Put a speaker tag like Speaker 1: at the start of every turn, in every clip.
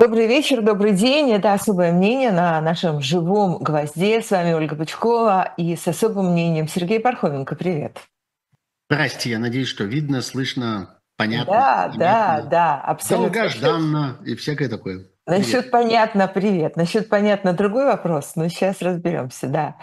Speaker 1: Добрый вечер, добрый день. Это «Особое мнение» на нашем живом гвозде. С вами Ольга Пучкова и с особым мнением Сергей Пархоменко. Привет.
Speaker 2: Здрасте, я надеюсь, что видно, слышно, понятно,
Speaker 1: Да, да,
Speaker 2: понятно,
Speaker 1: да, абсолютно.
Speaker 2: долгожданно и всякое такое. Привет.
Speaker 1: Насчет понятно, привет. Насчет понятно другой вопрос, но сейчас разберемся, да.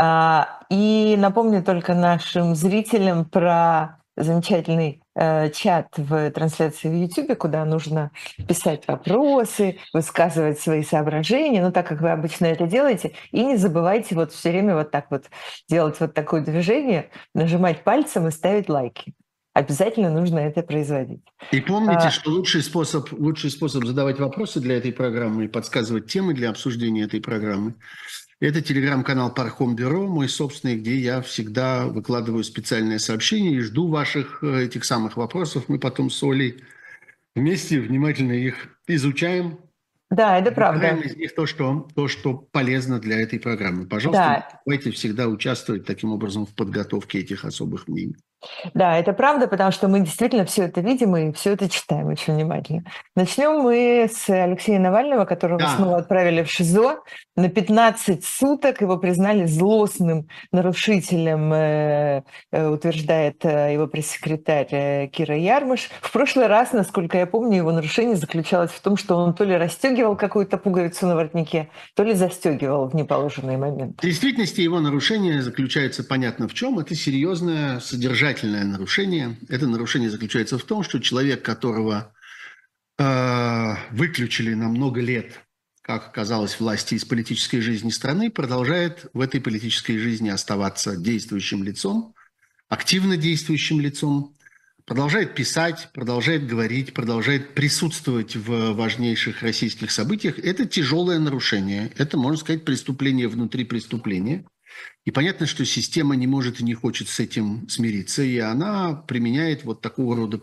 Speaker 1: И напомню только нашим зрителям про замечательный чат в трансляции в Ютубе, куда нужно писать вопросы, высказывать свои соображения, ну так как вы обычно это делаете, и не забывайте вот все время вот так вот делать вот такое движение, нажимать пальцем и ставить лайки. Обязательно нужно это производить.
Speaker 2: И помните,
Speaker 1: А,
Speaker 2: что лучший способ задавать вопросы для этой программы и подсказывать темы для обсуждения этой программы – это телеграм-канал Пархом Бюро, мой собственный, где я всегда выкладываю специальные сообщения и жду ваших этих самых вопросов. Мы потом с Олей вместе внимательно их изучаем,
Speaker 1: да, это
Speaker 2: выбираем
Speaker 1: правда.
Speaker 2: из них то, что полезно для этой программы. Пожалуйста, не
Speaker 1: Да,
Speaker 2: забывайте всегда участвовать таким образом в подготовке этих особых мнений.
Speaker 1: да, это правда, потому что мы действительно все это видим и все это читаем очень внимательно. Начнем мы с Алексея Навального, которого снова
Speaker 2: Да,
Speaker 1: отправили в ШИЗО на 15 суток. Его признали злостным нарушителем, утверждает его пресс-секретарь Кира Ярмыш. В прошлый раз, насколько я помню, его нарушение заключалось в том, что он то ли расстегивал какую-то пуговицу на воротнике, то ли застегивал в неположенный момент.
Speaker 2: в действительности его нарушение заключается, понятно в чем, это серьезное содержательное нарушение. Это нарушение заключается в том, что человек, которого выключили на много лет, как оказалось, власти из политической жизни страны, продолжает в этой политической жизни оставаться действующим лицом, активно действующим лицом, продолжает писать, продолжает говорить, продолжает присутствовать в важнейших российских событиях. Это тяжелое нарушение. Это, можно сказать, преступление внутри преступления. И понятно, что система не может и не хочет с этим смириться, и она применяет вот такого рода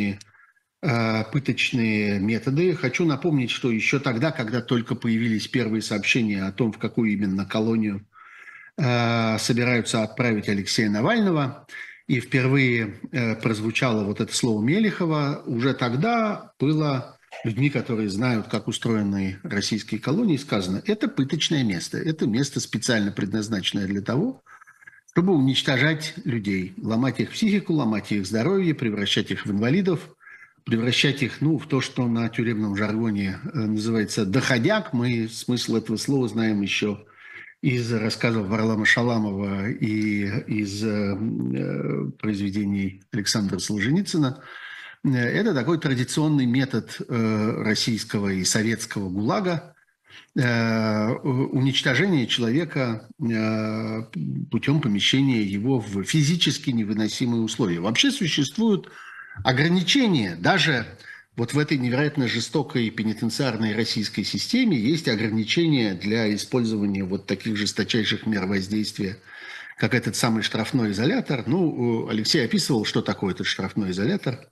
Speaker 2: пыточные методы. Хочу напомнить, что еще тогда, когда только появились первые сообщения о том, в какую именно колонию собираются отправить Алексея Навального, и впервые прозвучало вот это слово Мелехова, уже тогда было людьми, которые знают, как устроены российские колонии, сказано, это пыточное место, это место специально предназначенное для того, чтобы уничтожать людей, ломать их психику, ломать их здоровье, превращать их в инвалидов, превращать их в то, что на тюремном жаргоне называется доходяг. Мы смысл этого слова знаем еще из рассказов Варлама Шаламова и из произведений Александра Солженицына. Это такой традиционный метод российского и советского ГУЛАГа, уничтожение человека путем помещения его в физически невыносимые условия. Вообще существуют ограничения даже вот в этой невероятно жестокой пенитенциарной российской системе есть ограничения для использования вот таких жесточайших мер воздействия, как этот самый штрафной изолятор. Алексей описывал, что такое этот штрафной изолятор.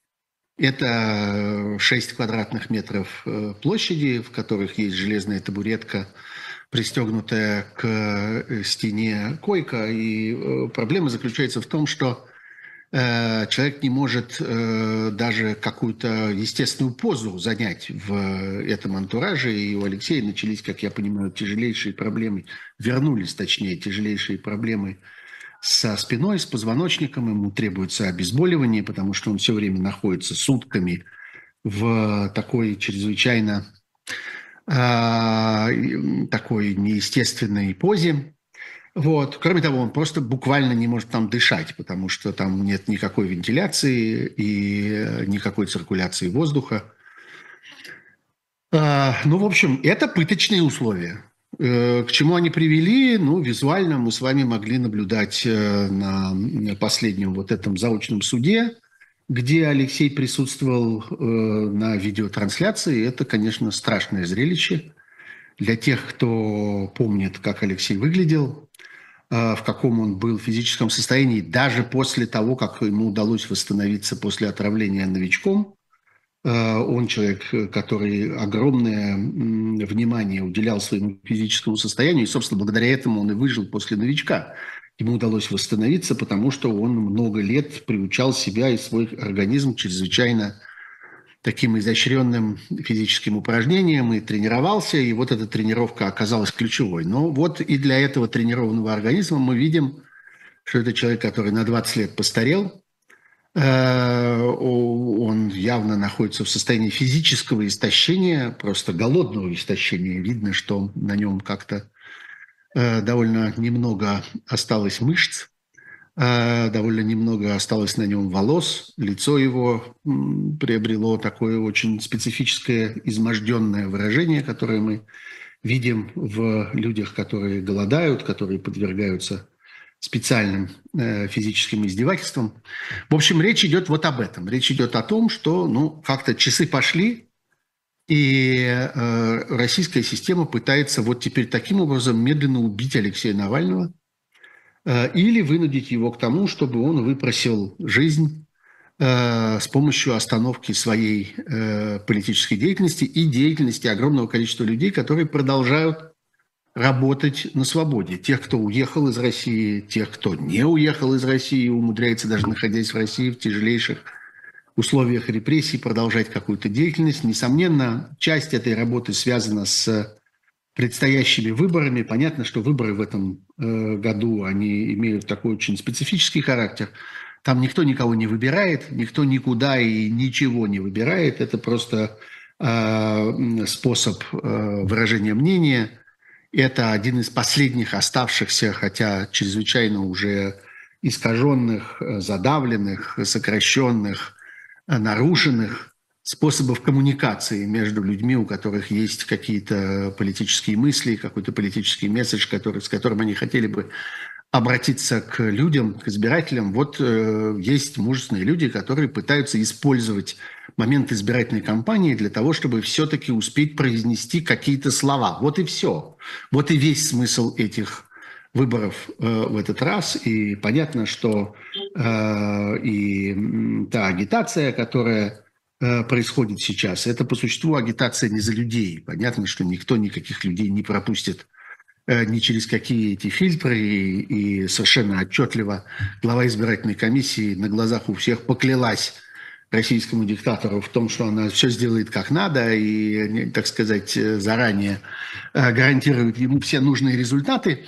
Speaker 2: Это 6 квадратных метров площади, в которых есть железная табуретка, пристегнутая к стене койка. И проблема заключается в том, что человек не может даже какую-то естественную позу занять в этом антураже. И у Алексея начались, как я понимаю, тяжелейшие проблемы, вернулись, точнее, тяжелейшие проблемы со спиной, с позвоночником. Ему требуется обезболивание, потому что он все время находится сутками в такой чрезвычайно такой неестественной позе. Вот. Кроме того, он просто буквально не может там дышать, потому что там нет никакой вентиляции и никакой циркуляции воздуха. В общем, это пыточные условия. К чему они привели? Визуально мы с вами могли наблюдать на последнем вот этом заочном суде, где Алексей присутствовал на видеотрансляции. Это, конечно, страшное зрелище. Для тех, кто помнит, как Алексей выглядел, в каком он был физическом состоянии, даже после того, как ему удалось восстановиться после отравления новичком. Он человек, который огромное внимание уделял своему физическому состоянию, и, собственно, благодаря этому он и выжил после новичка. Ему удалось восстановиться, потому что он много лет приучал себя и свой организм чрезвычайно таким изощренным физическим упражнениям и тренировался, и вот эта тренировка оказалась ключевой. Но вот и для этого тренированного организма мы видим, что это человек, который на 20 лет постарел, он явно находится в состоянии физического истощения, просто голодного истощения. Видно, что на нем как-то довольно немного осталось мышц, довольно немного осталось на нем волос, лицо его приобрело такое очень специфическое изможденное выражение, которое мы видим в людях, которые голодают, которые подвергаются специальным физическим издевательствам. В общем, речь идет вот об этом. Речь идет о том, что как-то часы пошли, и российская система пытается вот теперь таким образом медленно убить Алексея Навального или вынудить его к тому, чтобы он выпросил жизнь с помощью остановки своей политической деятельности и деятельности огромного количества людей, которые продолжают работать на свободе. Тех, кто уехал из России, тех, кто не уехал из России, умудряется даже находясь в России в тяжелейших условиях репрессий продолжать какую-то деятельность. Несомненно, часть этой работы связана с предстоящими выборами. Понятно, что выборы в этом году, они имеют такой очень специфический характер. Там никто никого не выбирает, никто никуда и ничего не выбирает. Это просто способ выражения мнения. Это один из последних оставшихся, хотя чрезвычайно уже искаженных, задавленных, сокращенных, нарушенных способов коммуникации между людьми, у которых есть какие-то политические мысли, какой-то политический месседж, с которым они хотели бы обратиться к людям, к избирателям. Вот есть мужественные люди, которые пытаются использовать момент избирательной кампании для того, чтобы все-таки успеть произнести какие-то слова. Вот и все. Вот и весь смысл этих выборов в этот раз. И понятно, что и та агитация, которая происходит сейчас, это по существу агитация не за людей. Понятно, что никто никаких людей не пропустит ни через какие эти фильтры, и совершенно отчетливо глава избирательной комиссии на глазах у всех поклялась российскому диктатору в том, что она все сделает как надо и, так сказать, заранее гарантирует ему все нужные результаты.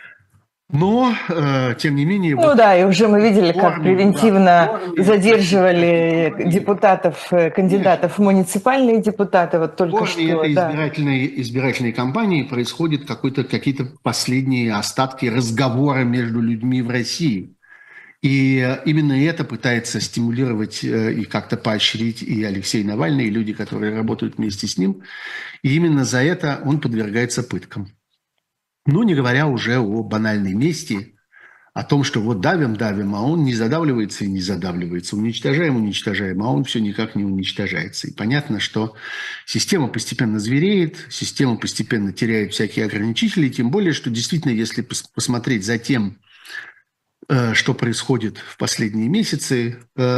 Speaker 2: Но, тем не менее...
Speaker 1: Ну вот да, и уже мы видели, как превентивно задерживали депутатов, кандидатов в муниципальные депутаты. Вот только что,
Speaker 2: этой избирательной кампании происходят какие-то последние остатки разговора между людьми в России. И именно это пытается стимулировать и как-то поощрить и Алексей Навальный, и люди, которые работают вместе с ним. И именно за это он подвергается пыткам. Ну, не говоря уже о банальной мести, о том, что вот давим, а он не задавливается и не задавливается, уничтожаем, а он все никак не уничтожается. И понятно, что система постепенно звереет, система постепенно теряет всякие ограничители, тем более, что действительно, если посмотреть за тем, что происходит в последние месяцы,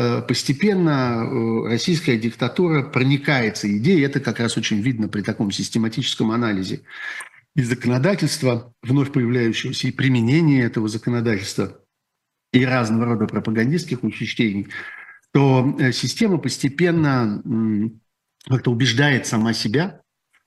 Speaker 2: постепенно российская диктатура проникается идеей, это как раз очень видно при таком систематическом анализе и законодательства, вновь появляющегося, и применения этого законодательства, и разного рода пропагандистских учреждений, то система постепенно как-то убеждает сама себя,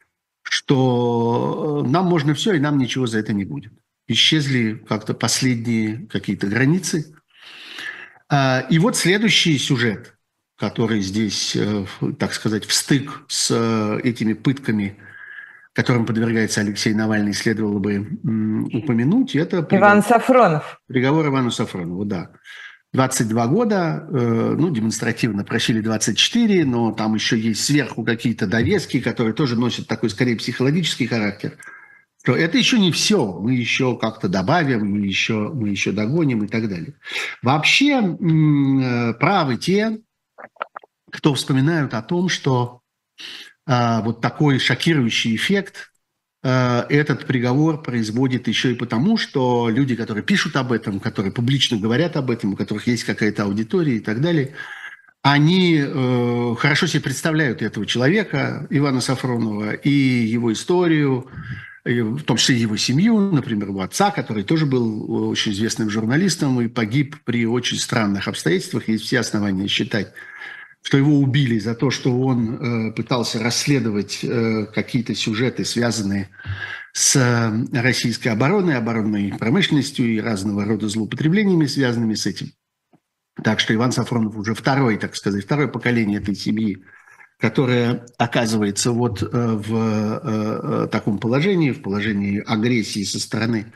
Speaker 2: что нам можно все, и нам ничего за это не будет. Исчезли как-то последние какие-то границы. И вот следующий сюжет, который здесь, так сказать, встык с этими пытками, которым подвергается Алексей Навальный, следовало бы упомянуть, это
Speaker 1: Иван Сафронов.
Speaker 2: Приговор Ивану Сафронову, да. 22 года, демонстративно просили 24, но там еще есть сверху какие-то довески, которые тоже носят такой, скорее, психологический характер. Что это еще не все, мы еще как-то добавим, мы еще догоним и так далее. Вообще правы те, кто вспоминают о том, что вот такой шокирующий эффект этот приговор производит еще и потому, что люди, которые пишут об этом, которые публично говорят об этом, у которых есть какая-то аудитория и так далее, они хорошо себе представляют этого человека, Ивана Сафронова, и его историю, и в том числе его семью, например, его отца, который тоже был очень известным журналистом и погиб при очень странных обстоятельствах. Есть все основания считать, что его убили за то, что он пытался расследовать какие-то сюжеты, связанные с российской обороной, оборонной промышленностью и разного рода злоупотреблениями, связанными с этим. Так что Иван Сафронов уже второе поколение этой семьи, которое оказывается вот в таком положении, в положении агрессии со стороны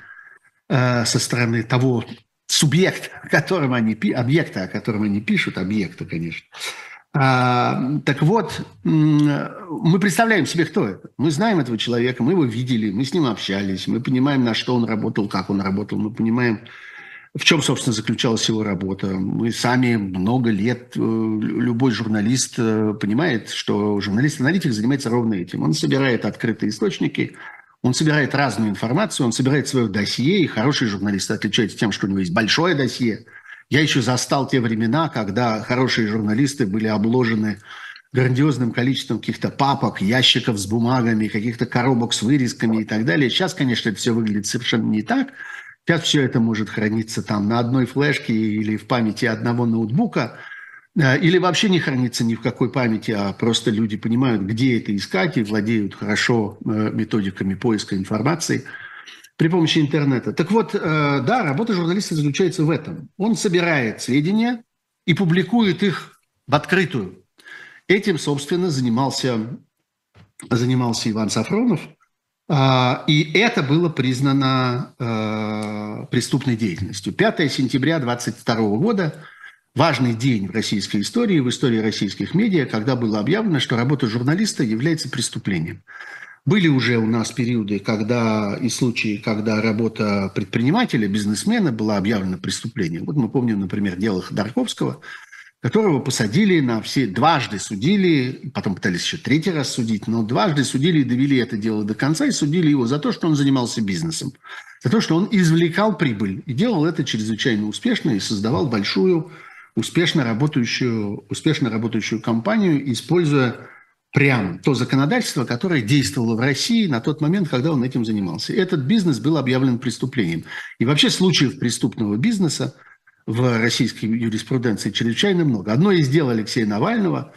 Speaker 2: того субъекта, объекта, о котором они пишут, объекта, конечно. Так вот, мы представляем себе, кто это. Мы знаем этого человека, мы его видели, мы с ним общались, мы понимаем, на что он работал, как он работал, мы понимаем, в чем, собственно, заключалась его работа. Мы сами много лет, любой журналист понимает, что журналист-аналитик занимается ровно этим. Он собирает открытые источники, он собирает разную информацию, он собирает свое досье, и хороший журналист отличается тем, что у него есть большое досье. Я еще застал те времена, когда хорошие журналисты были обложены грандиозным количеством каких-то папок, ящиков с бумагами, каких-то коробок с вырезками и так далее. Сейчас, конечно, это все выглядит совершенно не так. Сейчас все это может храниться там на одной флешке или в памяти одного ноутбука, или вообще не хранится ни в какой памяти, а просто люди понимают, где это искать и владеют хорошо методиками поиска информации при помощи интернета. Так вот, да, работа журналиста заключается в этом. Он собирает сведения и публикует их в открытую. Этим, собственно, занимался Иван Сафронов. И это было признано преступной деятельностью. 5 сентября 1922 года – важный день в российской истории, в истории российских медиа, когда было объявлено, что работа журналиста является преступлением. Были уже у нас периоды, и случаи, когда работа предпринимателя, бизнесмена была объявлена преступлением. Вот мы помним, например, дело Ходорковского, которого посадили дважды судили, потом пытались еще 3-й раз судить, но дважды судили и довели это дело до конца, и судили его за то, что он занимался бизнесом, за то, что он извлекал прибыль, и делал это чрезвычайно успешно, и создавал большую, успешно работающую компанию, используя прямо то законодательство, которое действовало в России на тот момент, когда он этим занимался. Этот бизнес был объявлен преступлением. И вообще случаев преступного бизнеса в российской юриспруденции чрезвычайно много. Одно из дел Алексея Навального,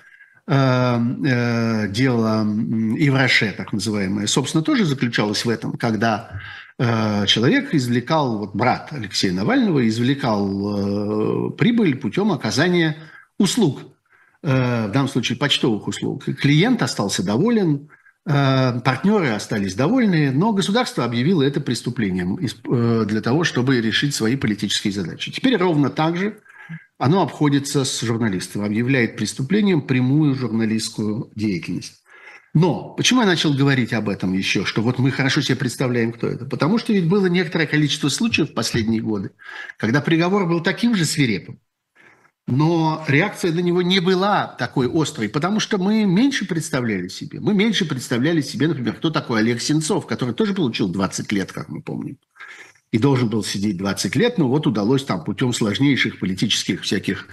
Speaker 2: дело Ивраше, так называемое, собственно, тоже заключалось в этом, когда человек брат Алексея Навального извлекал прибыль путем оказания услуг, в данном случае почтовых услуг. Клиент остался доволен, партнеры остались довольны, но государство объявило это преступлением для того, чтобы решить свои политические задачи. Теперь ровно так же оно обходится с журналистом, объявляет преступлением прямую журналистскую деятельность. Но почему я начал говорить об этом еще, что вот мы хорошо себе представляем, кто это? Потому что ведь было некоторое количество случаев в последние годы, когда приговор был таким же свирепым, но реакция на него не была такой острой, потому что мы меньше представляли себе. Мы меньше представляли себе, например, кто такой Олег Сенцов, который тоже получил 20 лет, как мы помним, и должен был сидеть 20 лет, но вот удалось там путем сложнейших политических всяких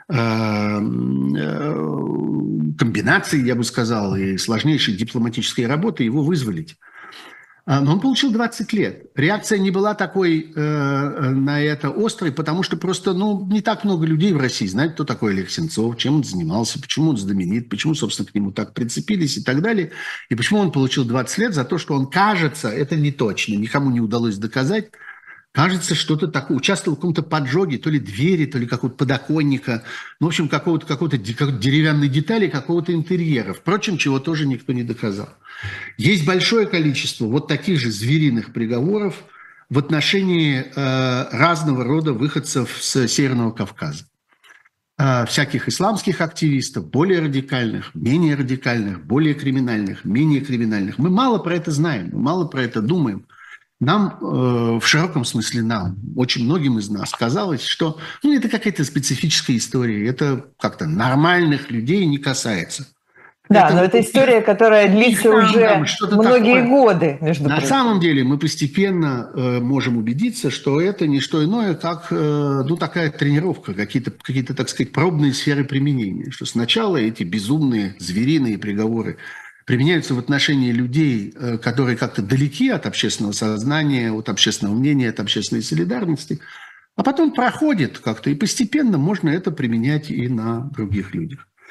Speaker 2: комбинаций, я бы сказал, и сложнейшей дипломатической работы его вызволить. Но он получил 20 лет. Реакция не была такой на это острой, потому что просто не так много людей в России знают, кто такой Олег Сенцов, чем он занимался, почему он знаменит, почему, собственно, к нему так прицепились и так далее. И почему он получил 20 лет за то, что он, кажется, это не точно, никому не удалось доказать, кажется, что-то такое, участвовал в каком-то поджоге, то ли двери, то ли какого-то подоконника, в общем, какой-то деревянной детали, какого-то интерьера. Впрочем, чего тоже никто не доказал. Есть большое количество вот таких же звериных приговоров в отношении разного рода выходцев с Северного Кавказа. Всяких исламских активистов, более радикальных, менее радикальных, более криминальных, менее криминальных. Мы мало про это знаем, мы мало про это думаем. Нам, в широком смысле очень многим из нас казалось, что это какая-то специфическая история, это как-то нормальных людей не касается.
Speaker 1: Да, но это история, которая длится уже многие годы, между прочим.
Speaker 2: На самом деле мы постепенно можем убедиться, что это не что иное, как такая тренировка, какие-то, так сказать, пробные сферы применения. Что сначала эти безумные звериные приговоры применяются в отношении людей, которые как-то далеки от общественного сознания, от общественного мнения, от общественной солидарности, а потом проходит как-то, и постепенно можно это применять и на других людях.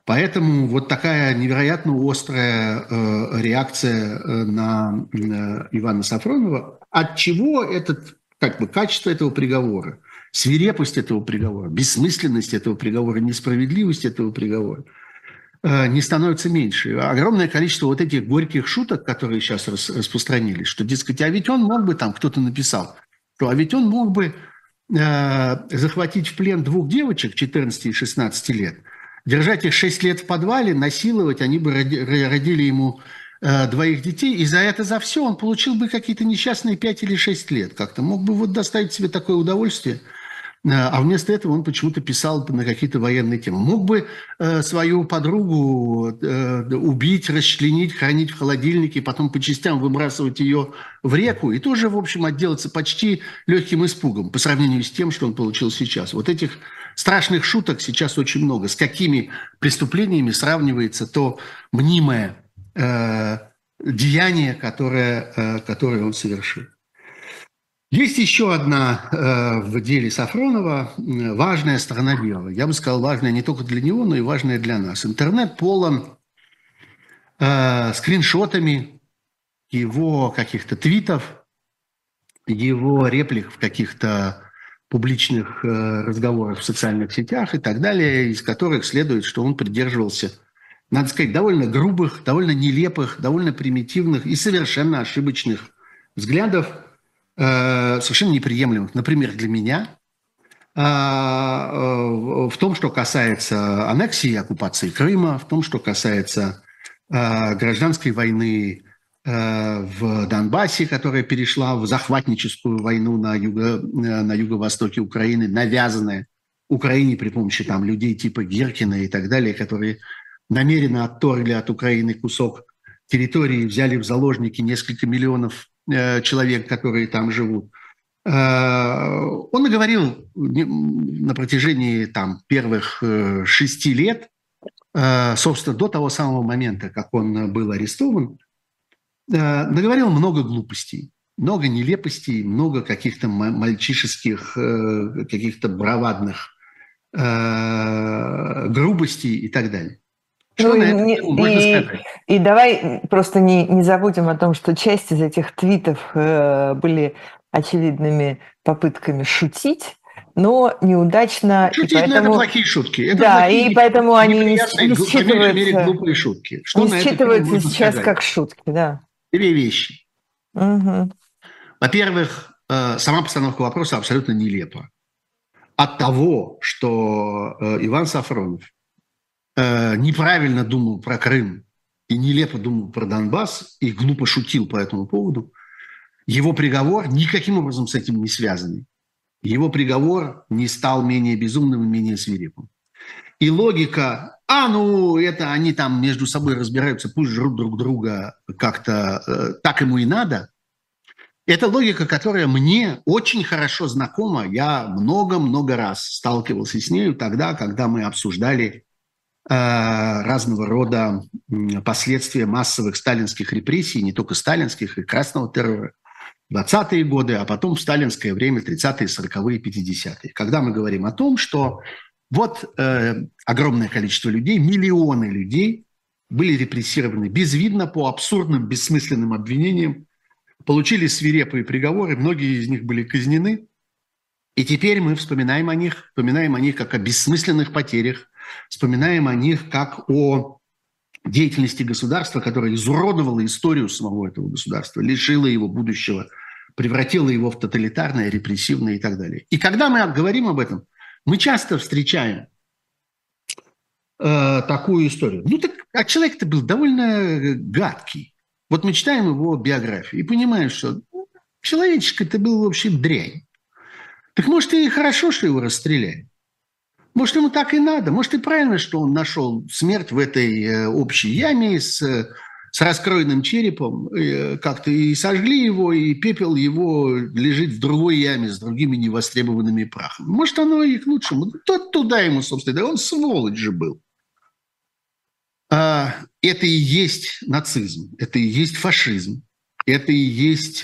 Speaker 2: Поэтому вот такая невероятно острая реакция на Ивана Сафронова. От чего этот, как бы, качество этого приговора, свирепость этого приговора, бессмысленность этого приговора, несправедливость этого приговора не становится меньше. Огромное количество вот этих горьких шуток, которые сейчас распространились, что, дескать, а ведь он мог бы, там кто-то написал, что а ведь он мог бы захватить в плен 2 девочек 14 и 16 лет, держать их 6 лет в подвале, насиловать, они бы родили ему 2 детей, и за все он получил бы какие-то несчастные 5 или 6 лет. Как-то мог бы вот доставить себе такое удовольствие. А вместо этого он почему-то писал на какие-то военные темы. Мог бы свою подругу убить, расчленить, хранить в холодильнике, потом по частям выбрасывать ее в реку и тоже, в общем, отделаться почти легким испугом по сравнению с тем, что он получил сейчас. Вот этих страшных шуток сейчас очень много. С какими преступлениями сравнивается то мнимое деяние, которое он совершил. Есть еще одна в деле Сафронова важная сторона дела. Я бы сказал, важная не только для него, но и важная для нас. Интернет полон скриншотами его каких-то твитов, его реплик в каких-то публичных разговорах в социальных сетях и так далее, из которых следует, что он придерживался, надо сказать, довольно грубых, довольно нелепых, довольно примитивных и совершенно ошибочных взглядов, совершенно неприемлемых, например, для меня, в том, что касается аннексии и оккупации Крыма, в том, что касается гражданской войны в Донбассе, которая перешла в захватническую войну на юго-востоке Украины, навязанная Украине при помощи там людей типа Гиркина и так далее, которые намеренно отторгли от Украины кусок территории, взяли в заложники несколько миллионов человек, которые там живут. Он наговорил на протяжении там первых 6 лет, собственно, до того самого момента, как он был арестован, наговорил много глупостей, много нелепостей, много каких-то мальчишеских, каких-то бравадных грубостей и так далее. Что на это можно сказать?
Speaker 1: И давай просто не забудем о том, что часть из этих твитов были очевидными попытками шутить, но неудачно.
Speaker 2: Шутить,
Speaker 1: и поэтому,
Speaker 2: это плохие шутки. Это
Speaker 1: да,
Speaker 2: плохие,
Speaker 1: и поэтому они не
Speaker 2: по меньшей мере, глупые шутки. Что
Speaker 1: не
Speaker 2: на это
Speaker 1: считываются
Speaker 2: можно
Speaker 1: сейчас
Speaker 2: сказать?
Speaker 1: как шутки, да.
Speaker 2: 2 вещи.
Speaker 1: Угу.
Speaker 2: Во-первых, сама постановка вопроса абсолютно нелепа. От того, что Иван Сафронов неправильно думал про Крым и нелепо думал про Донбасс и глупо шутил по этому поводу, его приговор никаким образом с этим не связанный. Его приговор не стал менее безумным и менее свирепым. И логика, это они там между собой разбираются, пусть жрут друг друга как-то, так ему и надо, это логика, которая мне очень хорошо знакома. Я много-много раз сталкивался с нею тогда, когда мы обсуждали разного рода последствия массовых сталинских репрессий, не только сталинских, и красного террора, 20-е годы, а потом в сталинское время 30-е, 40-е, 50-е. Когда мы говорим о том, что вот огромное количество людей, миллионы людей были репрессированы безвидно по абсурдным, бессмысленным обвинениям, получили свирепые приговоры, многие из них были казнены. И теперь мы вспоминаем о них как о бессмысленных потерях, вспоминаем о них как о деятельности государства, которая изуродовала историю самого этого государства, лишила его будущего, превратила его в тоталитарное, репрессивное и так далее. И когда мы говорим об этом, мы часто встречаем такую историю. А человек-то был довольно гадкий. Вот мы читаем его биографию и понимаем, что человечек-то был вообще дрянь. Так может, и хорошо, что его расстреляли. Может, ему так и надо. Может, и правильно, что он нашел смерть в этой общей яме с раскроенным черепом. Как-то и сожгли его, и пепел его лежит в другой яме с другими невостребованными прахами. Может, оно и к лучшему. Тот туда ему, собственно, да он сволочь же был. Это и есть нацизм, это и есть фашизм, это и есть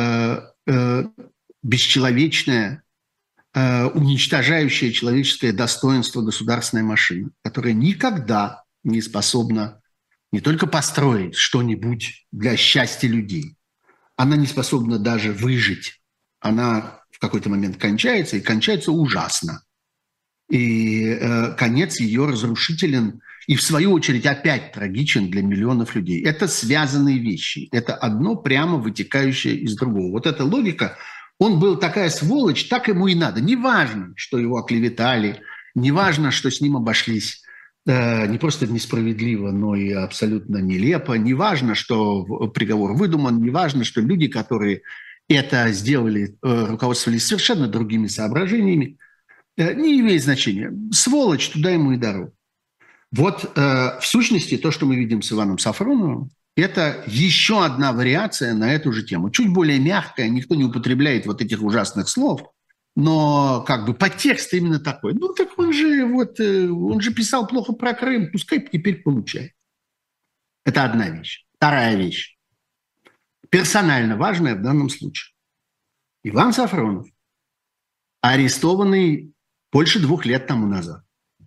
Speaker 2: бесчеловечная, уничтожающая человеческое достоинство государственная машина, которая никогда не способна не только построить что-нибудь для счастья людей, она не способна даже выжить. Она в какой-то момент кончается, и кончается ужасно. И конец ее разрушителен и, в свою очередь, опять трагичен для миллионов людей. Это связанные вещи. Это одно прямо вытекающее из другого. Вот эта логика, он был такая сволочь, так ему и надо. Неважно, что его оклеветали, неважно, что с ним обошлись не просто несправедливо, но и абсолютно нелепо. Неважно, что приговор выдуман, неважно, что люди, которые это сделали, руководствовались совершенно другими соображениями. Не имеет значения. Сволочь, туда ему и дорога. Вот в сущности то, что мы видим с Иваном Сафроновым, это еще одна вариация на эту же тему. Чуть более мягкая, никто не употребляет вот этих ужасных слов, но как бы подтекст именно такой. Ну так он же писал плохо про Крым, пускай теперь получает. Это одна вещь. Вторая вещь. Персонально важная в данном случае. Иван Сафронов, арестованный больше 2 лет тому назад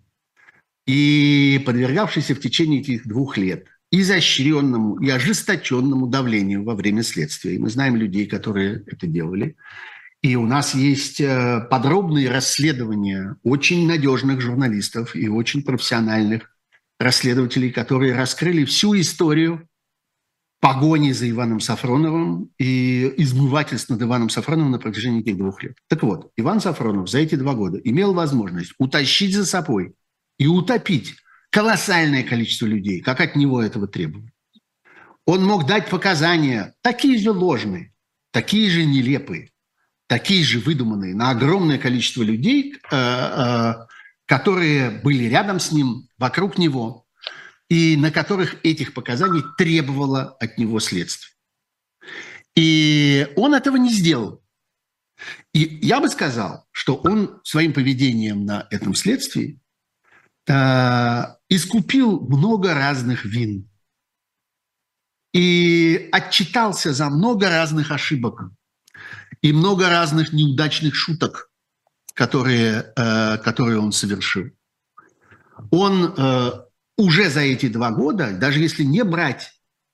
Speaker 2: и подвергавшийся в течение этих 2 лет изощренному и ожесточенному давлению во время следствия. И мы знаем людей, которые это делали. И у нас есть подробные расследования очень надежных журналистов и очень профессиональных расследователей, которые раскрыли всю историю погони за Иваном Сафроновым и измывательств над Иваном Сафроновым на протяжении этих 2 лет. Так вот, Иван Сафронов за эти 2 года имел возможность утащить за собой и утопить колоссальное количество людей, как от него этого требовали. Он мог дать показания такие же ложные, такие же нелепые, такие же выдуманные на огромное количество людей, которые были рядом с ним, вокруг него, и на которых этих показаний требовало от него следствие. И он этого не сделал. И я бы сказал, что он своим поведением на этом следствии искупил много разных вин и отчитался за много разных ошибок и много разных неудачных шуток, которые он совершил. Он уже за эти 2 года, даже если не брать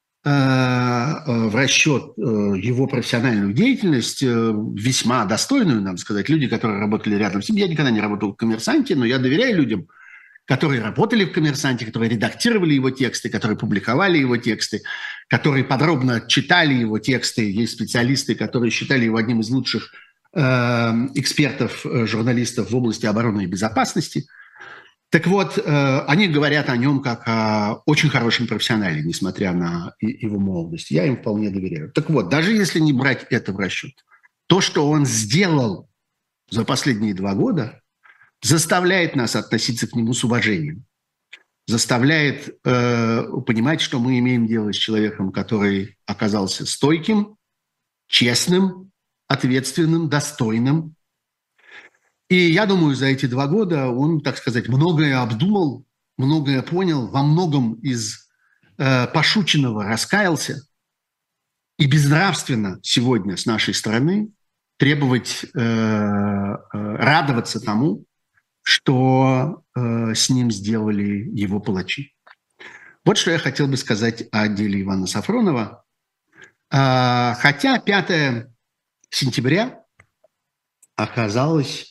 Speaker 2: в расчет его профессиональную деятельность, весьма достойную, надо сказать, люди, которые работали рядом с ним. Я никогда не работал в «Коммерсанте», но я доверяю людям, которые работали в «Коммерсанте», которые редактировали его тексты, которые публиковали его тексты, которые подробно читали его тексты. Есть специалисты, которые считали его одним из лучших экспертов, журналистов в области обороны и безопасности. Так вот, они говорят о нем как о очень хорошем профессионале, несмотря на его молодость. Я им вполне доверяю. Так вот, даже если не брать это в расчет, то, что он сделал за последние 2 года, заставляет нас относиться к нему с уважением, заставляет понимать, что мы имеем дело с человеком, который оказался стойким, честным, ответственным, достойным. И я думаю, за эти 2 года он, так сказать, многое обдумал, многое понял, во многом из пошученного раскаялся. И безнравственно сегодня с нашей стороны требовать радоваться тому, что с ним сделали его палачи. Вот что я хотел бы сказать о деле Ивана Сафронова. Хотя 5 сентября оказалось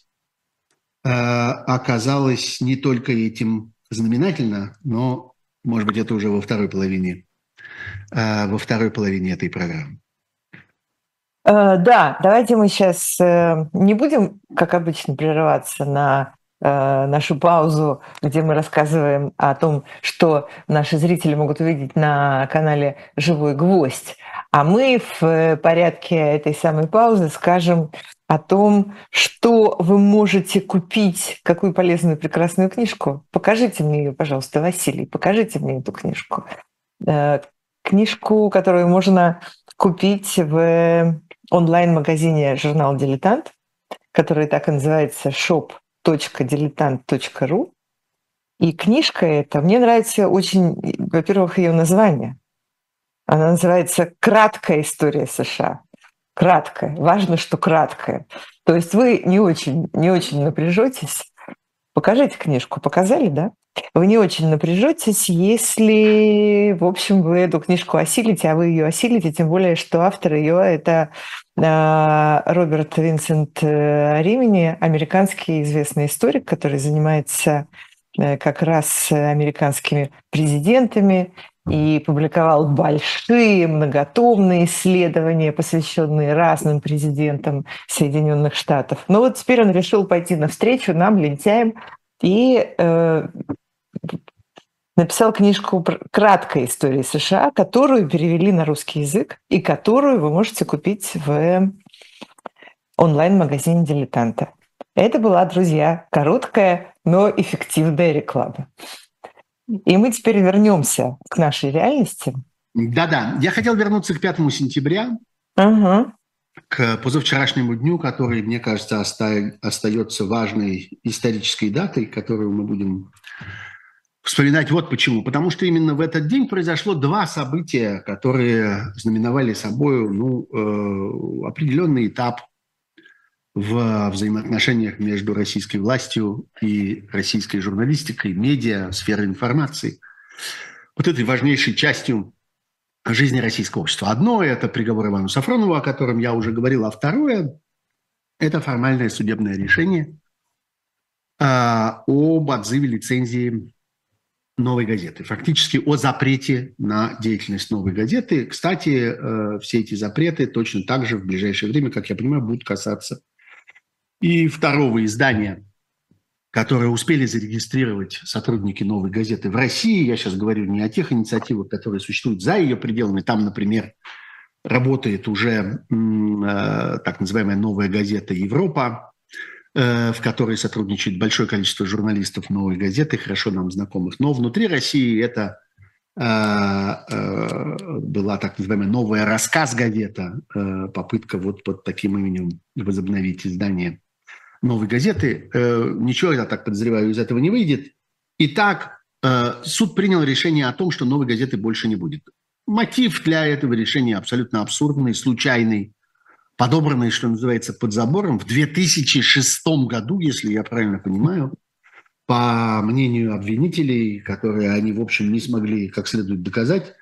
Speaker 2: не только этим знаменательно, но, может быть, это уже во второй половине этой программы.
Speaker 1: Да, давайте мы сейчас не будем, как обычно, прерываться на нашу паузу, где мы рассказываем о том, что наши зрители могут увидеть на канале «Живой гвоздь». А мы в порядке этой самой паузы скажем о том, что вы можете купить, какую полезную, прекрасную книжку. Покажите мне ее, пожалуйста, Василий, покажите мне эту книжку. Книжку, которую можно купить в онлайн-магазине журнала «Дилетант», который так и называется shop.diletant.ru. И книжка эта, мне нравится очень, во-первых, ее название. Она называется «Краткая история США». Краткая. Важно, что краткая. То есть вы не очень напряжетесь. Покажите книжку. Показали, да? Вы не очень напряжетесь, если, в общем, вы эту книжку осилите, а вы ее осилите, тем более, что автор ее это Роберт Винсент Римини, американский известный историк, который занимается как раз американскими президентами и публиковал большие многотомные исследования, посвященные разным президентам Соединенных Штатов. Но вот теперь он решил пойти навстречу нам, лентяям, и написал книжку «Краткая история США», которую перевели на русский язык и которую вы можете купить в онлайн-магазине «Дилетанта». Это была, друзья, короткая, но эффективная реклама. И мы теперь вернемся к нашей реальности.
Speaker 2: Да-да, я хотел вернуться к 5 сентября, к позавчерашнему дню, который, мне кажется, остается важной исторической датой, которую мы будем вспоминать вот почему. Потому что именно в этот день произошло два события, которые знаменовали собой определенный этап в взаимоотношениях между российской властью и российской журналистикой, медиа, сферой информации. Вот этой важнейшей частью жизни российского общества. Одно – это приговор Ивану Сафронову, о котором я уже говорил, а второе – это формальное судебное решение об отзыве лицензии «Новой газеты», фактически о запрете на деятельность «Новой газеты». Кстати, все эти запреты точно так же в ближайшее время, как я понимаю, будут касаться и второго издания, которые успели зарегистрировать сотрудники «Новой газеты» в России. Я сейчас говорю не о тех инициативах, которые существуют за ее пределами. Там, например, работает уже так называемая «Новая газета Европа», в которой сотрудничает большое количество журналистов «Новой газеты», хорошо нам знакомых. Но внутри России это была так называемая «Новая рассказ-газета», попытка вот под таким именем возобновить издание «Новой газеты». Ничего, я так подозреваю, из этого не выйдет. Итак, суд принял решение о том, что «Новой газеты» больше не будет. Мотив для этого решения абсолютно абсурдный, случайный, подобранный, что называется, под забором. В 2006 году, если я правильно понимаю, по мнению обвинителей, которые они, в общем, не смогли как следует доказать,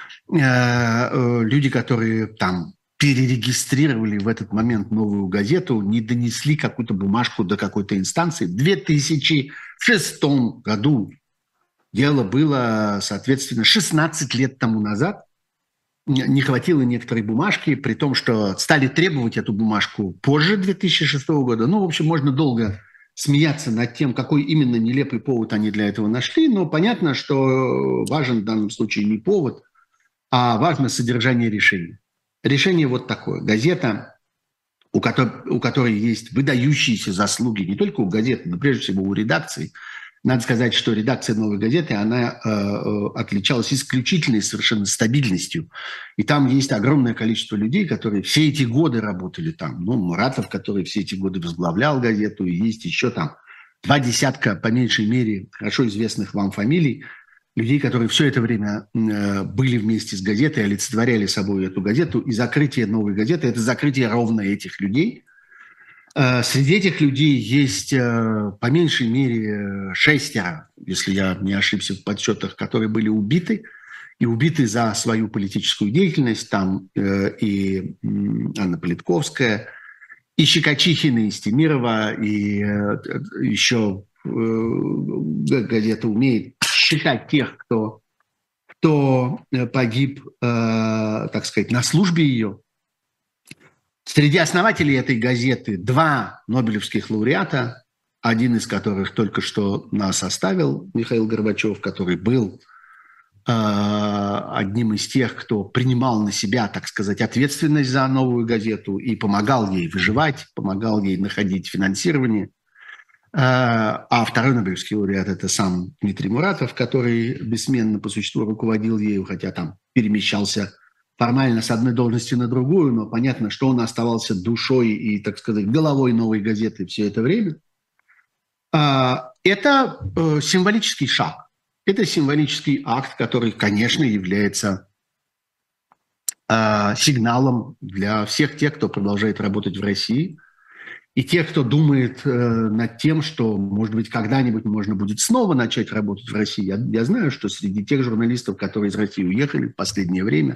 Speaker 2: люди, которые там перерегистрировали в этот момент «Новую газету», не донесли какую-то бумажку до какой-то инстанции. В 2006 году дело было, соответственно, 16 лет тому назад. Не хватило некоторой бумажки, при том, что стали требовать эту бумажку позже 2006 года. Ну, в общем, можно долго смеяться над тем, какой именно нелепый повод они для этого нашли, но понятно, что важен в данном случае не повод, а важно содержание решения. Решение вот такое. Газета, у которой есть выдающиеся заслуги не только у газеты, но прежде всего у редакции. Надо сказать, что редакция «Новой газеты», она отличалась исключительной совершенно стабильностью. И там есть огромное количество людей, которые все эти годы работали там. Ну, Муратов, который все эти годы возглавлял газету, и есть еще там 20, по меньшей мере, хорошо известных вам фамилий, людей, которые все это время были вместе с газетой, олицетворяли собой эту газету. И закрытие «Новой газеты» – это закрытие ровно этих людей. Среди этих людей есть по меньшей мере 6, если я не ошибся в подсчетах, которые были убиты. И убиты за свою политическую деятельность. Там и Анна Политковская, и Щекочихина, и Стемирова, и еще газета умеет считать тех, кто погиб, так сказать, на службе ее. Среди основателей этой газеты 2 нобелевских лауреата, один из которых только что нас оставил, Михаил Горбачев, который был одним из тех, кто принимал на себя, так сказать, ответственность за «Новую газету» и помогал ей выживать, помогал ей находить финансирование. А второй нобелевский лауреат – это сам Дмитрий Муратов, который бессменно по существу руководил ею, хотя там перемещался формально с одной должности на другую, но понятно, что он оставался душой и, так сказать, головой «Новой газеты» все это время. Это символический шаг. Это символический акт, который, конечно, является сигналом для всех тех, кто продолжает работать в России И те, кто думает над тем, что, может быть, когда-нибудь можно будет снова начать работать в России. Я знаю, что среди тех журналистов, которые из России уехали в последнее время,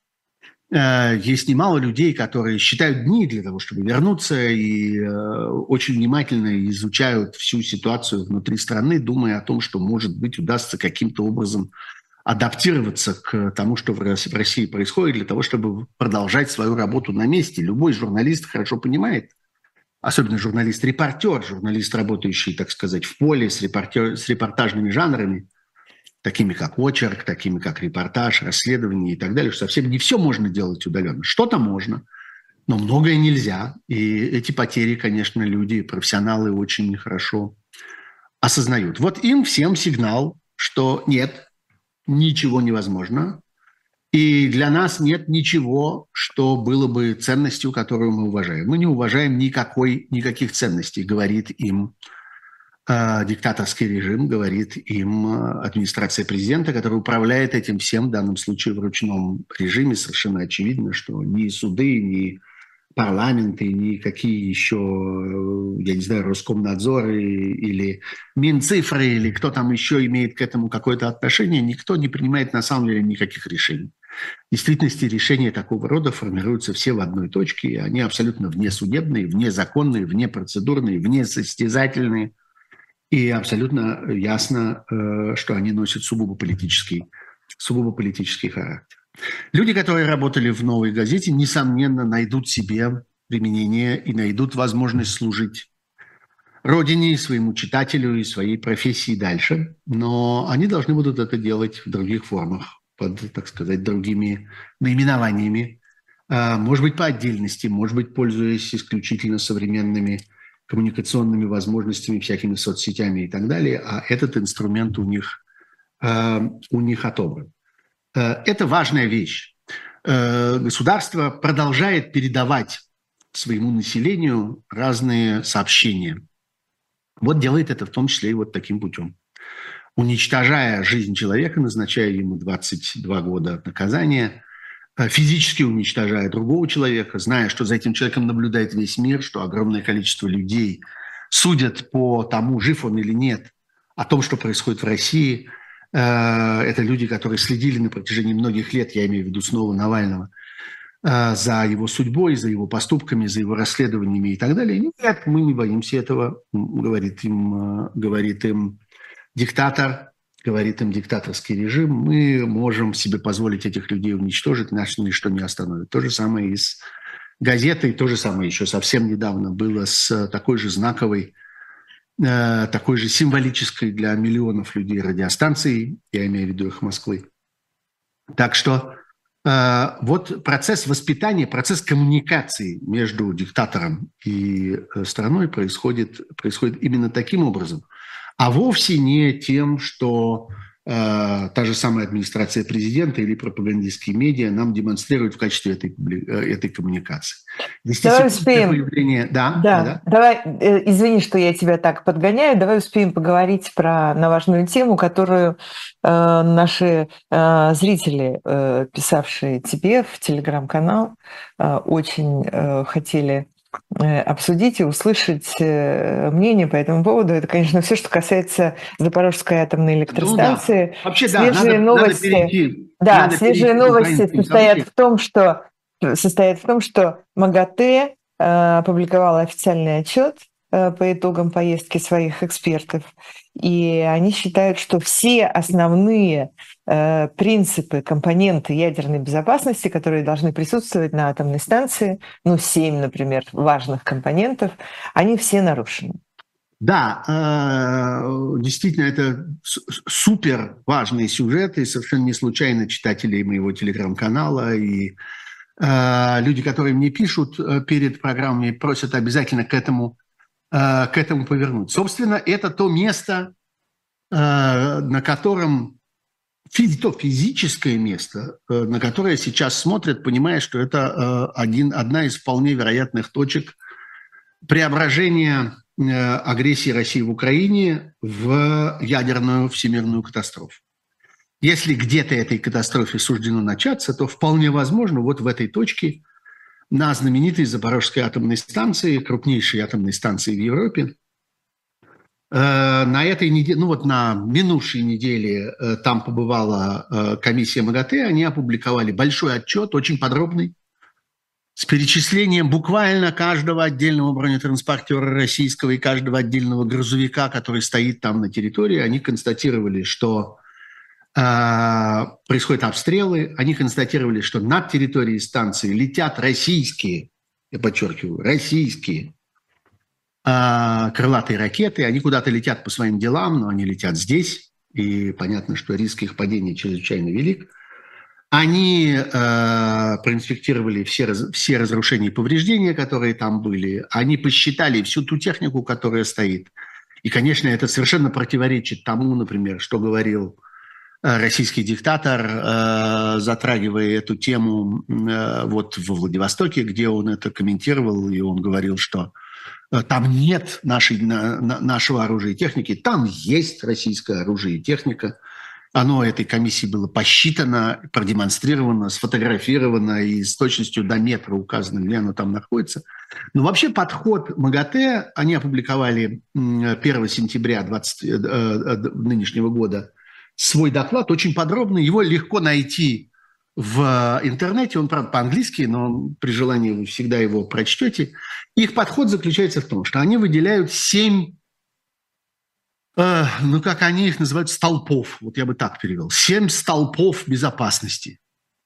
Speaker 2: есть немало людей, которые считают дни для того, чтобы вернуться, и очень внимательно изучают всю ситуацию внутри страны, думая о том, что, может быть, удастся каким-то образом адаптироваться к тому, что в России происходит, для того, чтобы продолжать свою работу на месте. Любой журналист хорошо понимает, особенно журналист-репортер, журналист, работающий, так сказать, в поле с репортажными жанрами, такими как очерк, такими как репортаж, расследование и так далее, что совсем не все можно делать удаленно. Что-то можно, но многое нельзя. И эти потери, конечно, люди, профессионалы очень хорошо осознают. Вот им всем сигнал, что нет, ничего невозможно. И для нас нет ничего, что было бы ценностью, которую мы уважаем. Мы не уважаем никаких ценностей, говорит им диктаторский режим, говорит им администрация президента, которая управляет этим всем, в данном случае в ручном режиме. Совершенно очевидно, что ни суды, ни парламенты, ни какие еще, я не знаю, Роскомнадзор или Минцифры, или кто там еще имеет к этому какое-то отношение, никто не принимает на самом деле никаких решений. В действительности решения такого рода формируются все в одной точке, и они абсолютно внесудебные, внезаконные, внепроцедурные, внесостязательные. И абсолютно ясно, что они носят сугубо политический характер. Люди, которые работали в «Новой газете», несомненно, найдут себе применение и найдут возможность служить родине, своему читателю и своей профессии дальше. Но они должны будут это делать в других формах, под, так сказать, другими наименованиями. Может быть, по отдельности, может быть, пользуясь исключительно современными коммуникационными возможностями, всякими соцсетями и так далее, а этот инструмент у них отобран. Это важная вещь. Государство продолжает передавать своему населению разные сообщения. Вот делает это в том числе и вот таким путем. Уничтожая жизнь человека, назначая ему 22 года наказания, физически уничтожая другого человека, зная, что за этим человеком наблюдает весь мир, что огромное количество людей судят по тому, жив он или нет, о том, что происходит в России. Это люди, которые следили на протяжении многих лет, я имею в виду снова Навального, за его судьбой, за его поступками, за его расследованиями и так далее. Нет, мы не боимся этого, говорит им диктатор, говорит им диктаторский режим. Мы можем себе позволить этих людей уничтожить, нас ничто не остановит. То же самое и с газетой, то же самое еще совсем недавно было с такой же знаковой, такой же символической для миллионов людей радиостанцией, я имею в виду «Эхо Москвы». Так что вот процесс воспитания, процесс коммуникации между диктатором и страной происходит именно таким образом, а вовсе не тем, что та же самая администрация президента или пропагандистские медиа нам демонстрируют в качестве этой коммуникации.
Speaker 1: Давай успеем.
Speaker 2: Да.
Speaker 1: Давай, извини, что я тебя так подгоняю, давай успеем поговорить на важную тему, которую наши зрители, писавшие тебе в телеграм-канал, очень хотели обсудить и услышать мнение по этому поводу. Это, конечно, все, что касается Запорожской атомной электростанции.
Speaker 2: Ну, да. Вообще,
Speaker 1: свежие новости, свежие новости состоят в том, что МАГАТЭ опубликовала официальный отчет по итогам поездки своих экспертов, и они считают, что все основные принципы, компоненты ядерной безопасности, которые должны присутствовать на атомной станции, 7, например, важных компонентов, они все нарушены.
Speaker 2: Да, действительно, это супер важный сюжет, и совершенно не случайно читатели моего телеграм-канала и люди, которые мне пишут перед программой, просят обязательно к этому повернуть. Собственно, это то место, на котором то физическое место, на которое сейчас смотрят, понимая, что это одна из вполне вероятных точек преображения агрессии России в Украине в ядерную всемирную катастрофу. Если где-то этой катастрофе суждено начаться, то вполне возможно вот в этой точке на знаменитой Запорожской атомной станции, крупнейшей атомной станции в Европе. На этой неделе, ну вот на минувшей неделе там побывала комиссия МАГАТЭ, они опубликовали большой отчет, очень подробный, с перечислением буквально каждого отдельного бронетранспортера российского и каждого отдельного грузовика, который стоит там на территории. Они констатировали, что происходят обстрелы, они констатировали, что над территорией станции летят российские, я подчеркиваю, российские крылатые ракеты, они куда-то летят по своим делам, но они летят здесь, и понятно, что риск их падения чрезвычайно велик. Они проинспектировали все разрушения и повреждения, которые там были, они посчитали всю ту технику, которая стоит. И, конечно, это совершенно противоречит тому, например, что говорил российский диктатор, затрагивая эту тему вот во Владивостоке, где он это комментировал, и он говорил, что там нет нашего оружия и техники, там есть российское оружие и техника. Оно этой комиссии было посчитано, продемонстрировано, сфотографировано и с точностью до метра указано, где оно там находится. Но вообще подход МАГАТЭ, они опубликовали 1 сентября нынешнего года свой доклад, очень подробный, его легко найти в интернете, он, правда, по-английски, но при желании вы всегда его прочтете. Их подход заключается в том, что они выделяют 7, ну, как они их называют, столпов, вот я бы так перевел, 7 столпов безопасности.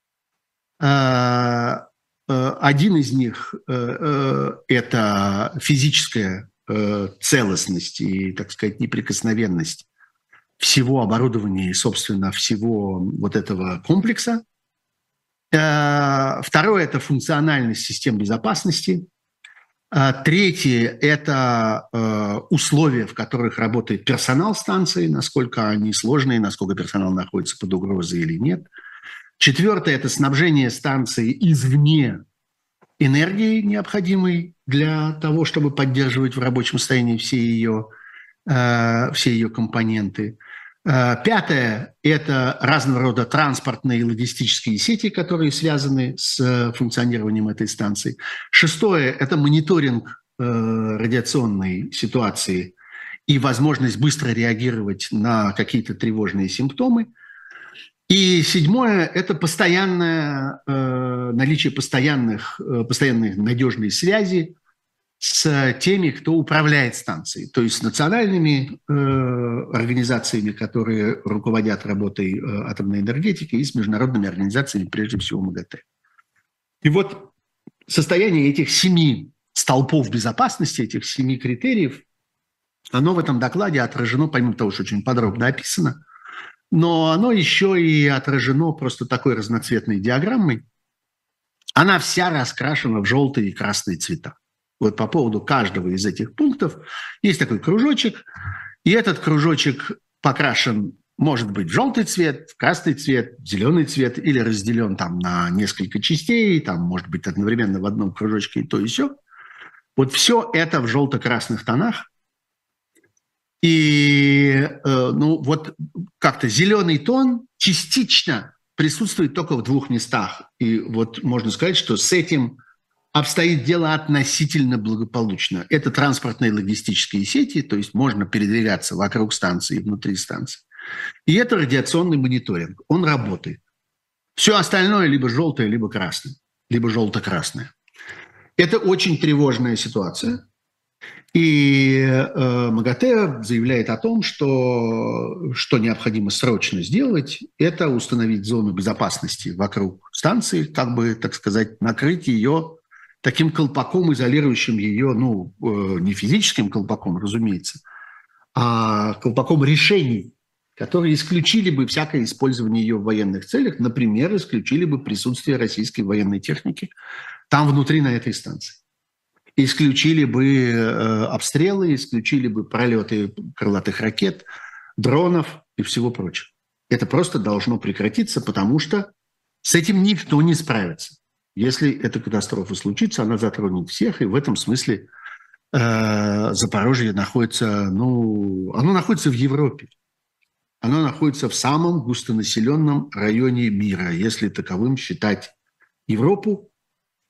Speaker 2: Один из них – это физическая целостность и, так сказать, неприкосновенность всего оборудования и, собственно, всего вот этого комплекса. Второе – это функциональность систем безопасности. Третье – это условия, в которых работает персонал станции, насколько они сложные, насколько персонал находится под угрозой или нет. Четвертое – это снабжение станции извне энергией, необходимой для того, чтобы поддерживать в рабочем состоянии все ее компоненты. Пятое – это разного рода транспортные и логистические сети, которые связаны с функционированием этой станции. Шестое – это мониторинг радиационной ситуации и возможность быстро реагировать на какие-то тревожные симптомы. И седьмое – это наличие постоянной надежной связи с теми, кто управляет станцией, то есть с национальными организациями, которые руководят работой атомной энергетики, и с международными организациями, прежде всего МАГАТЭ. И вот состояние этих 7 столпов безопасности, этих 7 критериев, оно в этом докладе отражено, помимо того, что очень подробно описано, но оно еще и отражено просто такой разноцветной диаграммой. Она вся раскрашена в желтые и красные цвета. Вот по поводу каждого из этих пунктов есть такой кружочек, и этот кружочек покрашен, может быть, в желтый цвет, в красный цвет, в зеленый цвет, или разделен там на несколько частей, там, может быть, одновременно в одном кружочке и то, и сё. Вот все это в желто-красных тонах. И ну вот как-то зеленый тон частично присутствует только в 2 местах. И вот можно сказать, что с этим обстоит дело относительно благополучно. Это транспортные логистические сети, то есть можно передвигаться вокруг станции и внутри станции. И это радиационный мониторинг. Он работает. Все остальное либо желтое, либо красное, либо желто-красное. Это очень тревожная ситуация. И МАГАТЭ заявляет о том, что необходимо срочно сделать, это установить зону безопасности вокруг станции, как бы, так сказать, накрыть ее таким колпаком, изолирующим ее, ну, не физическим колпаком, разумеется, а колпаком решений, которые исключили бы всякое использование ее в военных целях, например, исключили бы присутствие российской военной техники там внутри на этой станции. Исключили бы обстрелы, исключили бы пролеты крылатых ракет, дронов и всего прочего. Это просто должно прекратиться, потому что с этим никто не справится. Если эта катастрофа случится, она затронет всех, и в этом смысле Запорожье находится, ну, оно находится в Европе. Оно находится в самом густонаселенном районе мира, если таковым считать Европу.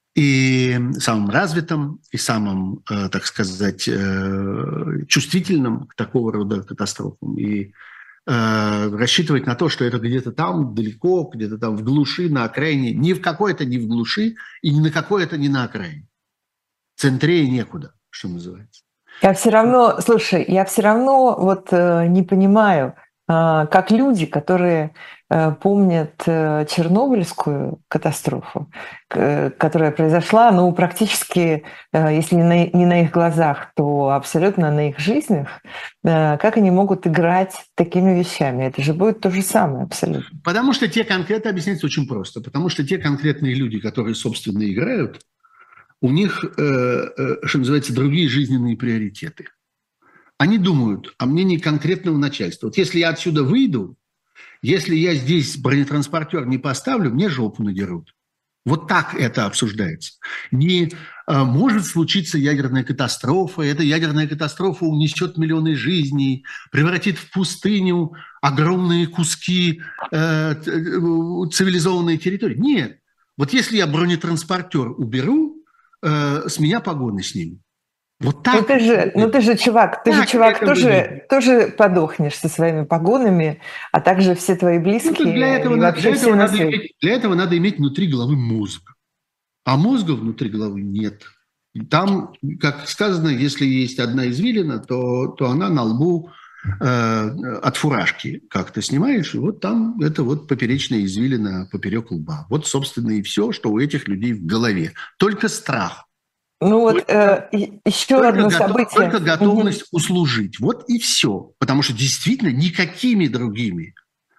Speaker 2: и самым развитым, и самым, так сказать, чувствительным к такого рода катастрофам. И рассчитывать на то, что это где-то там далеко, где-то там в глуши, на окраине, ни в какой-то не в глуши, и ни на какой-то не на окраине. Центрее некуда, что называется.
Speaker 1: Я все равно, слушай, я все равно вот не понимаю, как люди, которые помнят Чернобыльскую катастрофу, которая произошла, ну, практически, если не на их глазах, то абсолютно на их жизнях, как они могут играть такими вещами? Это же будет то же самое абсолютно.
Speaker 2: Потому что это объясняется очень просто, потому что те конкретные люди, которые, собственно, играют, у них, что называется, другие жизненные приоритеты. Они думают о мнении конкретного начальства. Вот если я отсюда выйду, если я здесь бронетранспортер не поставлю, мне жопу надерут. Вот так это обсуждается. Не может случиться ядерная катастрофа, эта ядерная катастрофа унесет миллионы жизней, превратит в пустыню огромные куски цивилизованной территории. Нет. Вот если я бронетранспортер уберу, с меня погоны снимут. Вот так.
Speaker 1: Ну ты же чувак, тоже подохнешь со своими погонами, а также все твои близкие.
Speaker 2: Для этого надо иметь внутри головы мозг. А мозга внутри головы нет. Там, как сказано, если есть одна извилина, то она на лбу от фуражки как-то снимаешь, и вот там это вот поперечная извилина поперек лба. Вот, собственно, и все, что у этих людей в голове. Только страх.
Speaker 1: Ну вот еще одно событие.
Speaker 2: Только готовность услужить. Вот и все. Потому что действительно никакими другими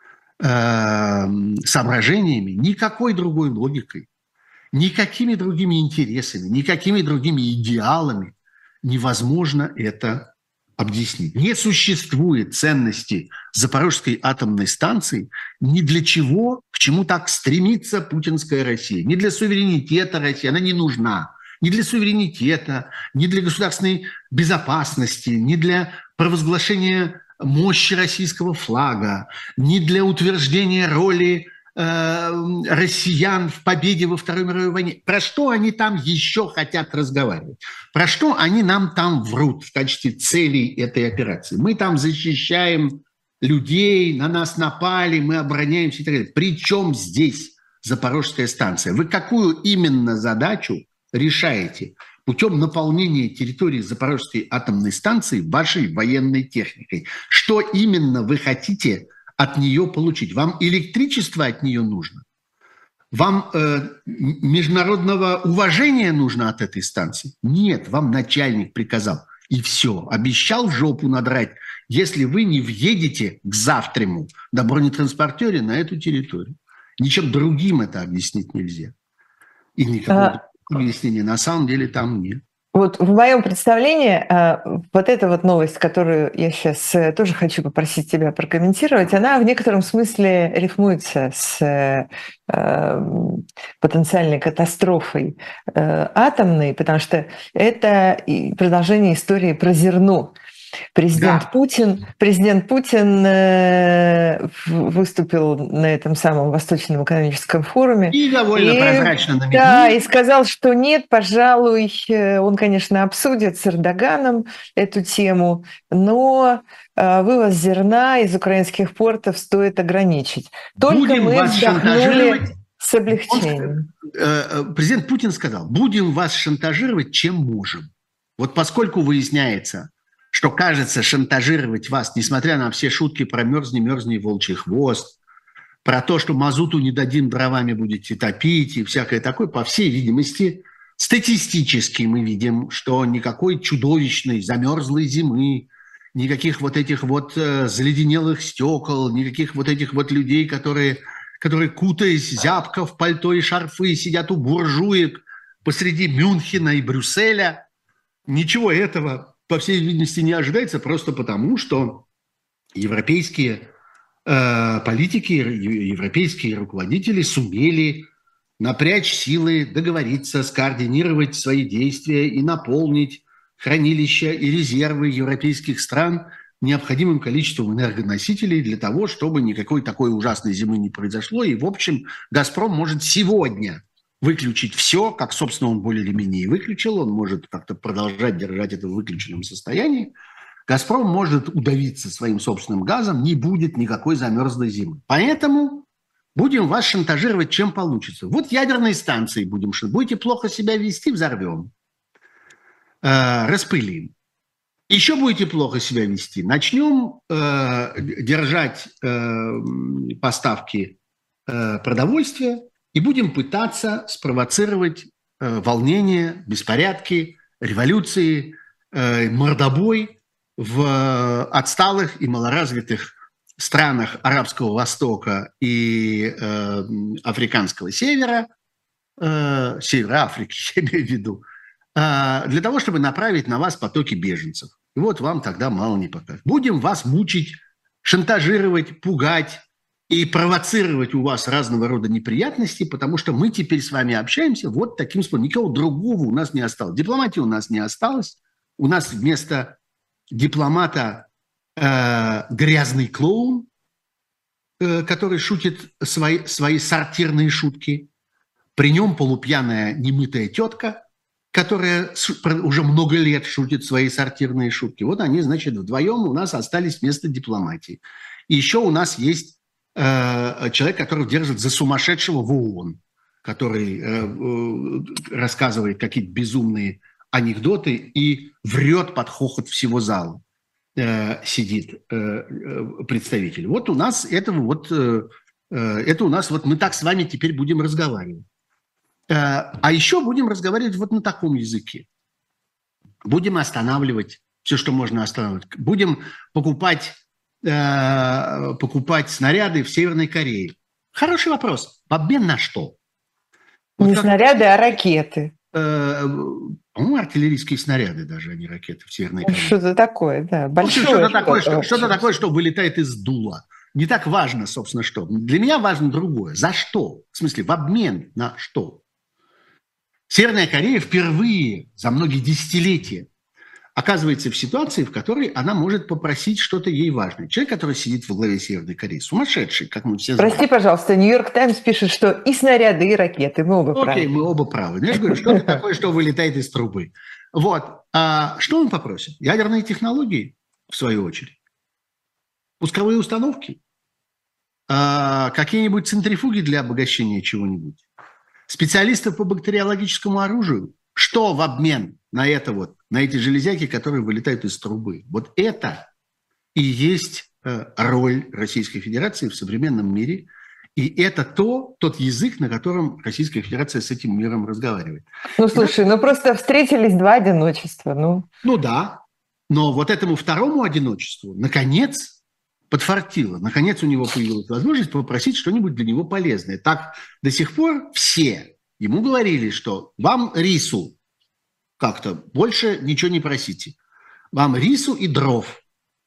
Speaker 2: соображениями, никакой другой логикой, никакими другими интересами, никакими другими идеалами невозможно это объяснить. Не существует ценности Запорожской атомной станции ни для чего, к чему так стремится путинская Россия. Ни для суверенитета России, она не нужна. Ни для суверенитета, ни для государственной безопасности, ни для провозглашения мощи российского флага, ни для утверждения роли россиян в победе во Второй мировой войне. Про что они там еще хотят разговаривать? Про что они нам там врут в качестве целей этой операции? Мы там защищаем людей, на нас напали, мы обороняемся и так далее. Причем здесь Запорожская станция? Вы какую именно задачу решаете путем наполнения территории Запорожской атомной станции вашей военной техникой? Что именно вы хотите от нее получить? Вам электричество от нее нужно? Вам международного уважения нужно от этой станции? Нет, вам начальник приказал. И все, обещал жопу надрать, если вы не въедете к завтраму на бронетранспортере на эту территорию. Ничем другим это объяснить нельзя. И никакого объяснения на самом деле там нет.
Speaker 1: Вот в моем представлении вот эта вот новость, которую я сейчас тоже хочу попросить тебя прокомментировать, она в некотором смысле рифмуется с потенциальной катастрофой атомной, потому что это продолжение истории про зерно. Президент Путин выступил на этом самом Восточном экономическом форуме.
Speaker 2: И довольно прозрачно намекнул.
Speaker 1: Да, и сказал, что нет, пожалуй, он, конечно, обсудит с Эрдоганом эту тему, но вывоз зерна из украинских портов стоит ограничить. Только мы вздохнули с облегчением.
Speaker 2: Президент Путин сказал, будем вас шантажировать, чем можем. Вот поскольку выясняется, что, кажется, шантажировать вас, несмотря на все шутки про мерзни, волчий хвост, про то, что мазуту не дадим, дровами будете топить и всякое такое, по всей видимости, статистически мы видим, что никакой чудовищной замерзлой зимы, никаких вот этих вот заледенелых стекол, никаких вот этих вот людей, которые кутаясь зябко в пальто и шарфы, сидят у буржуек посреди Мюнхена и Брюсселя. Ничего этого, по всей видимости, не ожидается, просто потому, что европейские политики, европейские руководители сумели напрячь силы, договориться, скоординировать свои действия и наполнить хранилища и резервы европейских стран необходимым количеством энергоносителей для того, чтобы никакой такой ужасной зимы не произошло. И, в общем, «Газпром» может сегодня выключить все, как, собственно, он более или менее выключил, он может как-то продолжать держать это в выключенном состоянии. «Газпром» может удавиться своим собственным газом, не будет никакой замерзлой зимы. Поэтому будем вас шантажировать, чем получится. Вот ядерные станции будем шантажировать. Будете плохо себя вести, взорвем, распылим. Еще будете плохо себя вести, начнем держать поставки продовольствия и будем пытаться спровоцировать волнения, беспорядки, революции, мордобой в отсталых и малоразвитых странах Арабского Востока и Африканского Севера, Севера Африки, я имею в виду, для того, чтобы направить на вас потоки беженцев. И вот вам тогда мало не покажет. Будем вас мучить, шантажировать, пугать и провоцировать у вас разного рода неприятности, потому что мы теперь с вами общаемся вот таким способом. Никого другого у нас не осталось. Дипломатии у нас не осталось. У нас вместо дипломата грязный клоун, который шутит свои сортирные шутки. При нем полупьяная немытая тетка, которая уже много лет шутит свои сортирные шутки. Вот они, значит, вдвоем у нас остались вместо дипломатии. И еще у нас есть человек, который держит за сумасшедшего в ООН, который рассказывает какие-то безумные анекдоты и врет под хохот всего зала. Сидит представитель. Вот у нас это у нас вот мы так с вами теперь будем разговаривать. А еще будем разговаривать вот на таком языке. Будем останавливать все, что можно останавливать. Будем покупать снаряды в Северной Корее. Хороший вопрос. В обмен на что?
Speaker 1: Вот не снаряды, а ракеты.
Speaker 2: По-моему, артиллерийские снаряды даже, а не ракеты в Северной Корее.
Speaker 1: Что-то такое, да. Большое
Speaker 2: что-то такое, что вылетает из дула. Не так важно, собственно, что. Для меня важно другое. За что? В смысле, в обмен на что? Северная Корея впервые за многие десятилетия оказывается в ситуации, в которой она может попросить что-то ей важное. Человек, который сидит во главе Северной Кореи, сумасшедший, как мы все знаем.
Speaker 1: Прости, пожалуйста, «Нью-Йорк Таймс» пишет, что и снаряды, и ракеты. Мы оба правы.
Speaker 2: Окей, мы оба правы. Я же говорю, что-то такое, что вылетает из трубы. Вот. А что он попросит? Ядерные технологии, в свою очередь. Пусковые установки. Какие-нибудь центрифуги для обогащения чего-нибудь. Специалистов по бактериологическому оружию. Что в обмен на это вот, на эти железяки, которые вылетают из трубы? Вот это и есть роль Российской Федерации в современном мире. И это тот язык, на котором Российская Федерация с этим миром разговаривает.
Speaker 1: Ну, слушай, просто встретились два одиночества.
Speaker 2: Ну да, но вот этому второму одиночеству, наконец, подфартило. Наконец у него появилась возможность попросить что-нибудь для него полезное. Так до сих пор все ему говорили, что вам рису как-то, больше ничего не просите. Вам рису и дров.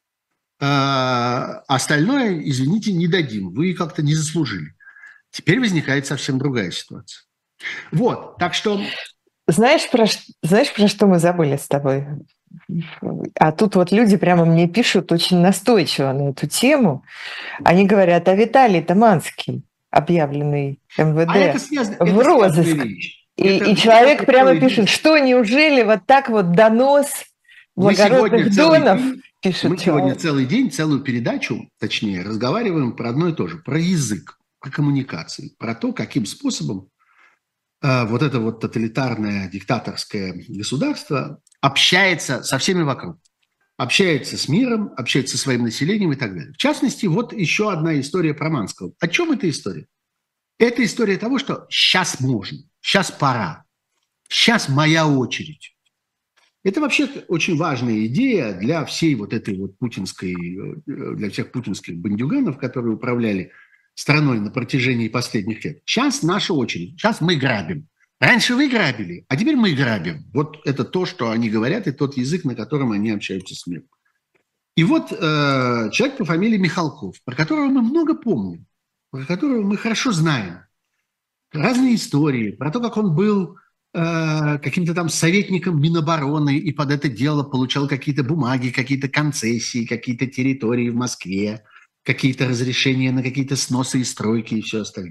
Speaker 2: Остальное, извините, не дадим. Вы как-то не заслужили. Теперь возникает совсем другая ситуация. Вот, так что...
Speaker 1: Знаешь, про что мы забыли с тобой? А тут вот люди прямо мне пишут очень настойчиво на эту тему. Они говорят, а Виталий Таманский, объявленный МВД в розыск. И человек прямо пишет, что неужели вот так вот донос благородных донов?
Speaker 2: Мы сегодня целый день, целую передачу, точнее, разговариваем про одно и то же, про язык, про коммуникации, про то, каким способом вот это вот тоталитарное диктаторское государство общается со всеми вокруг. Общается с миром, общается со своим населением и так далее. В частности, вот еще одна история про Манского. О чем эта история? Это история того, что сейчас можно, сейчас пора, сейчас моя очередь. Это вообще очень важная идея для всей вот этой вот путинской, для всех путинских бандюганов, которые управляли страной на протяжении последних лет. Сейчас наша очередь, сейчас мы грабим. Раньше вы грабили, а теперь мы грабим. Вот это то, что они говорят, и тот язык, на котором они общаются с миром. И вот человек по фамилии Михалков, про которого мы много помним, про которого мы хорошо знаем. Разные истории про то, как он был каким-то там советником Минобороны и под это дело получал какие-то бумаги, какие-то концессии, какие-то территории в Москве, какие-то разрешения на какие-то сносы и стройки и все остальное.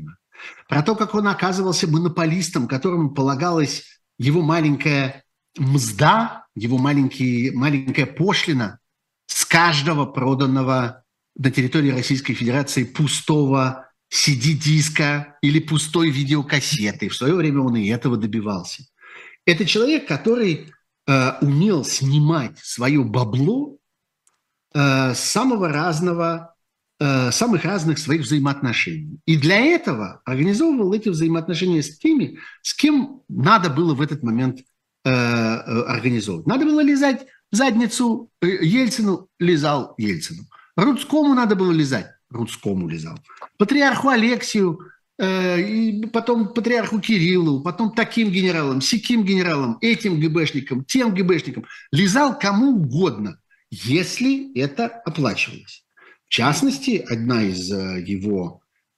Speaker 2: про то, как он оказывался монополистом, которому полагалась его маленькая мзда, его маленькая пошлина с каждого проданного на территории Российской Федерации пустого CD-диска или пустой видеокассеты. В свое время он и этого добивался. Это человек, который умел снимать свое бабло самых разных своих взаимоотношений. И для этого организовывал эти взаимоотношения с теми, с кем надо было в этот момент организовывать. Надо было лизать задницу Ельцину, лизал Ельцину. Рудскому надо было лизать, Рудскому лизал. Патриарху Алексию, и потом патриарху Кириллу, потом таким генералам, сяким генералам, этим ГБшникам, тем ГБшникам. Лизал кому угодно, если это оплачивалось. В частности, одна из его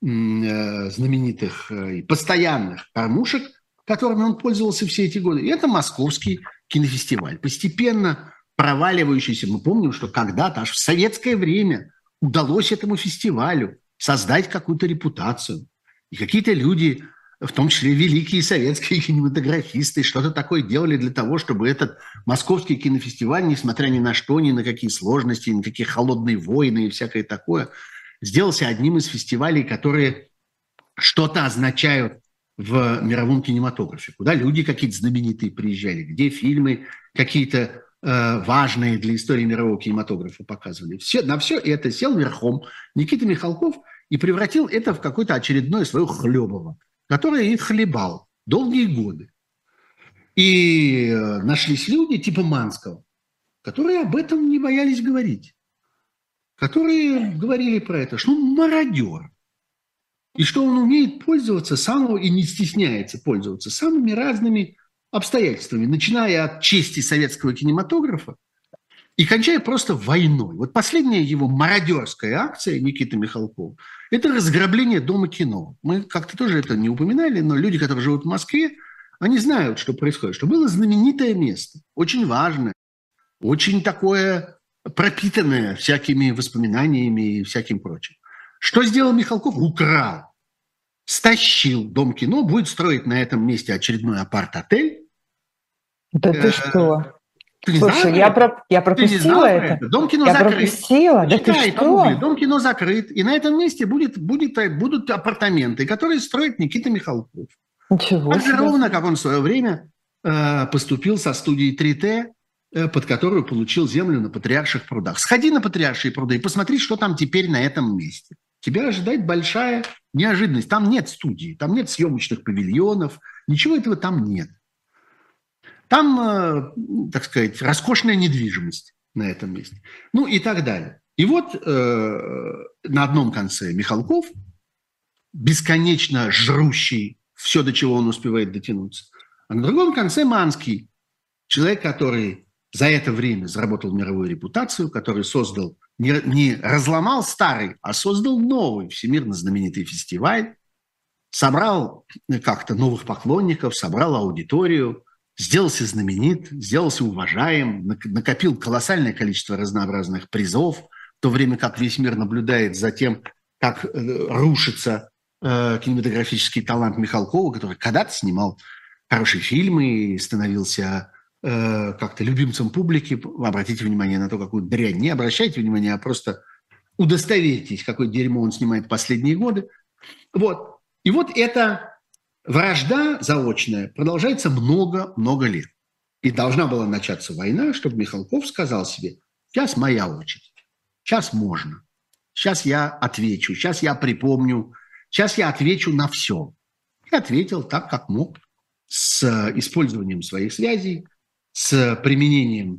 Speaker 2: знаменитых и постоянных кормушек, которыми он пользовался все эти годы, это Московский кинофестиваль. Постепенно проваливающийся. Мы помним, что когда-то, аж в советское время, удалось этому фестивалю создать какую-то репутацию. И какие-то люди, в том числе великие советские кинематографисты, что-то такое делали для того, чтобы этот Московский кинофестиваль, несмотря ни на что, ни на какие сложности, ни на какие холодные войны и всякое такое, сделался одним из фестивалей, которые что-то означают в мировом кинематографе, куда люди какие-то знаменитые приезжали, где фильмы какие-то важные для истории мирового кинематографа показывали. На все это сел верхом Никита Михалков и превратил это в какое-то очередное свое хлебово, которое и хлебал долгие годы. И нашлись люди типа Манского, которые об этом не боялись говорить, которые говорили про это, что он мародер, и что он умеет пользоваться и не стесняется пользоваться самыми разными обстоятельствами, начиная от чести советского кинематографа и кончая просто войной. Вот последняя его мародерская акция Никиты Михалкова – это разграбление Дома кино. Мы как-то тоже это не упоминали, но люди, которые живут в Москве, они знают, что происходит. Что было знаменитое место, очень важное, очень такое пропитанное всякими воспоминаниями и всяким прочим. Что сделал Михалков? Украл. Стащил Дом кино, будет строить на этом месте очередной апарт-отель.
Speaker 1: Да ты что?
Speaker 2: Ты
Speaker 1: Слушай, я пропустила это.
Speaker 2: Дом кино
Speaker 1: я
Speaker 2: закрыт.
Speaker 1: Пропустила. Да ты что?
Speaker 2: Дом кино закрыт. И на этом месте будут апартаменты, которые строит Никита Михалков.
Speaker 1: Ничего
Speaker 2: так же
Speaker 1: себе.
Speaker 2: ровно, как он в свое время поступил со студией 3Т, под которую получил землю на Патриарших прудах. Сходи на Патриаршие пруды и посмотри, что там теперь на этом месте. Тебя ожидает большая неожиданность. Там нет студии, там нет съемочных павильонов, ничего этого там нет. Там, так сказать, роскошная недвижимость на этом месте. Ну и так далее. И вот на одном конце Михалков, бесконечно жрущий все, до чего он успевает дотянуться. А на другом конце Манский, человек, который за это время заработал мировую репутацию, который создал, не разломал старый, а создал новый всемирно знаменитый фестиваль, собрал как-то новых поклонников, собрал аудиторию, сделался знаменит, сделался уважаем, накопил колоссальное количество разнообразных призов, в то время как весь мир наблюдает за тем, как рушится кинематографический талант Михалкова, который когда-то снимал хорошие фильмы и становился как-то любимцем публики. Обратите внимание на то, какую дрянь. Не обращайте внимания, а просто удостоверьтесь, какое дерьмо он снимает последние годы. Вот. И вот эта вражда заочная продолжается много-много лет. И должна была начаться война, чтобы Михалков сказал себе: сейчас моя очередь, сейчас можно, сейчас я отвечу, сейчас я припомню, сейчас я отвечу на все. И ответил так, как мог, с использованием своих связей, с применением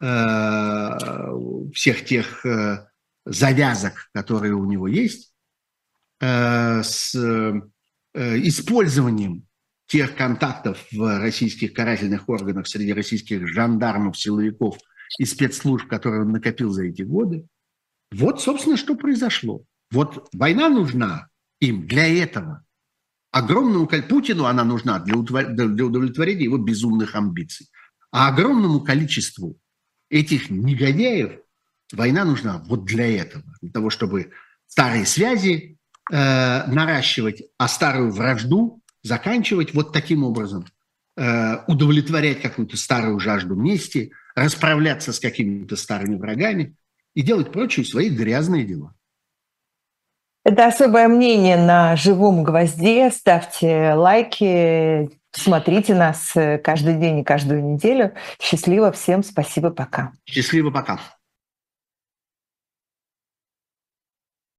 Speaker 2: всех тех завязок, которые у него есть, с использованием тех контактов в российских карательных органах среди российских жандармов, силовиков и спецслужб, которые он накопил за эти годы. Вот, собственно, что произошло. Вот война нужна им для этого. Огромному Путину она нужна для удовлетворения его безумных амбиций. А огромному количеству этих негодяев война нужна вот для этого. Для того, чтобы старые связи наращивать, а старую вражду заканчивать вот таким образом. Удовлетворять какую-то старую жажду мести, расправляться с какими-то старыми врагами и делать прочие свои грязные дела.
Speaker 1: Это особое мнение на «Живом гвозде». Ставьте лайки, смотрите нас каждый день и каждую неделю. Счастливо всем, спасибо, пока.
Speaker 2: Счастливо, пока.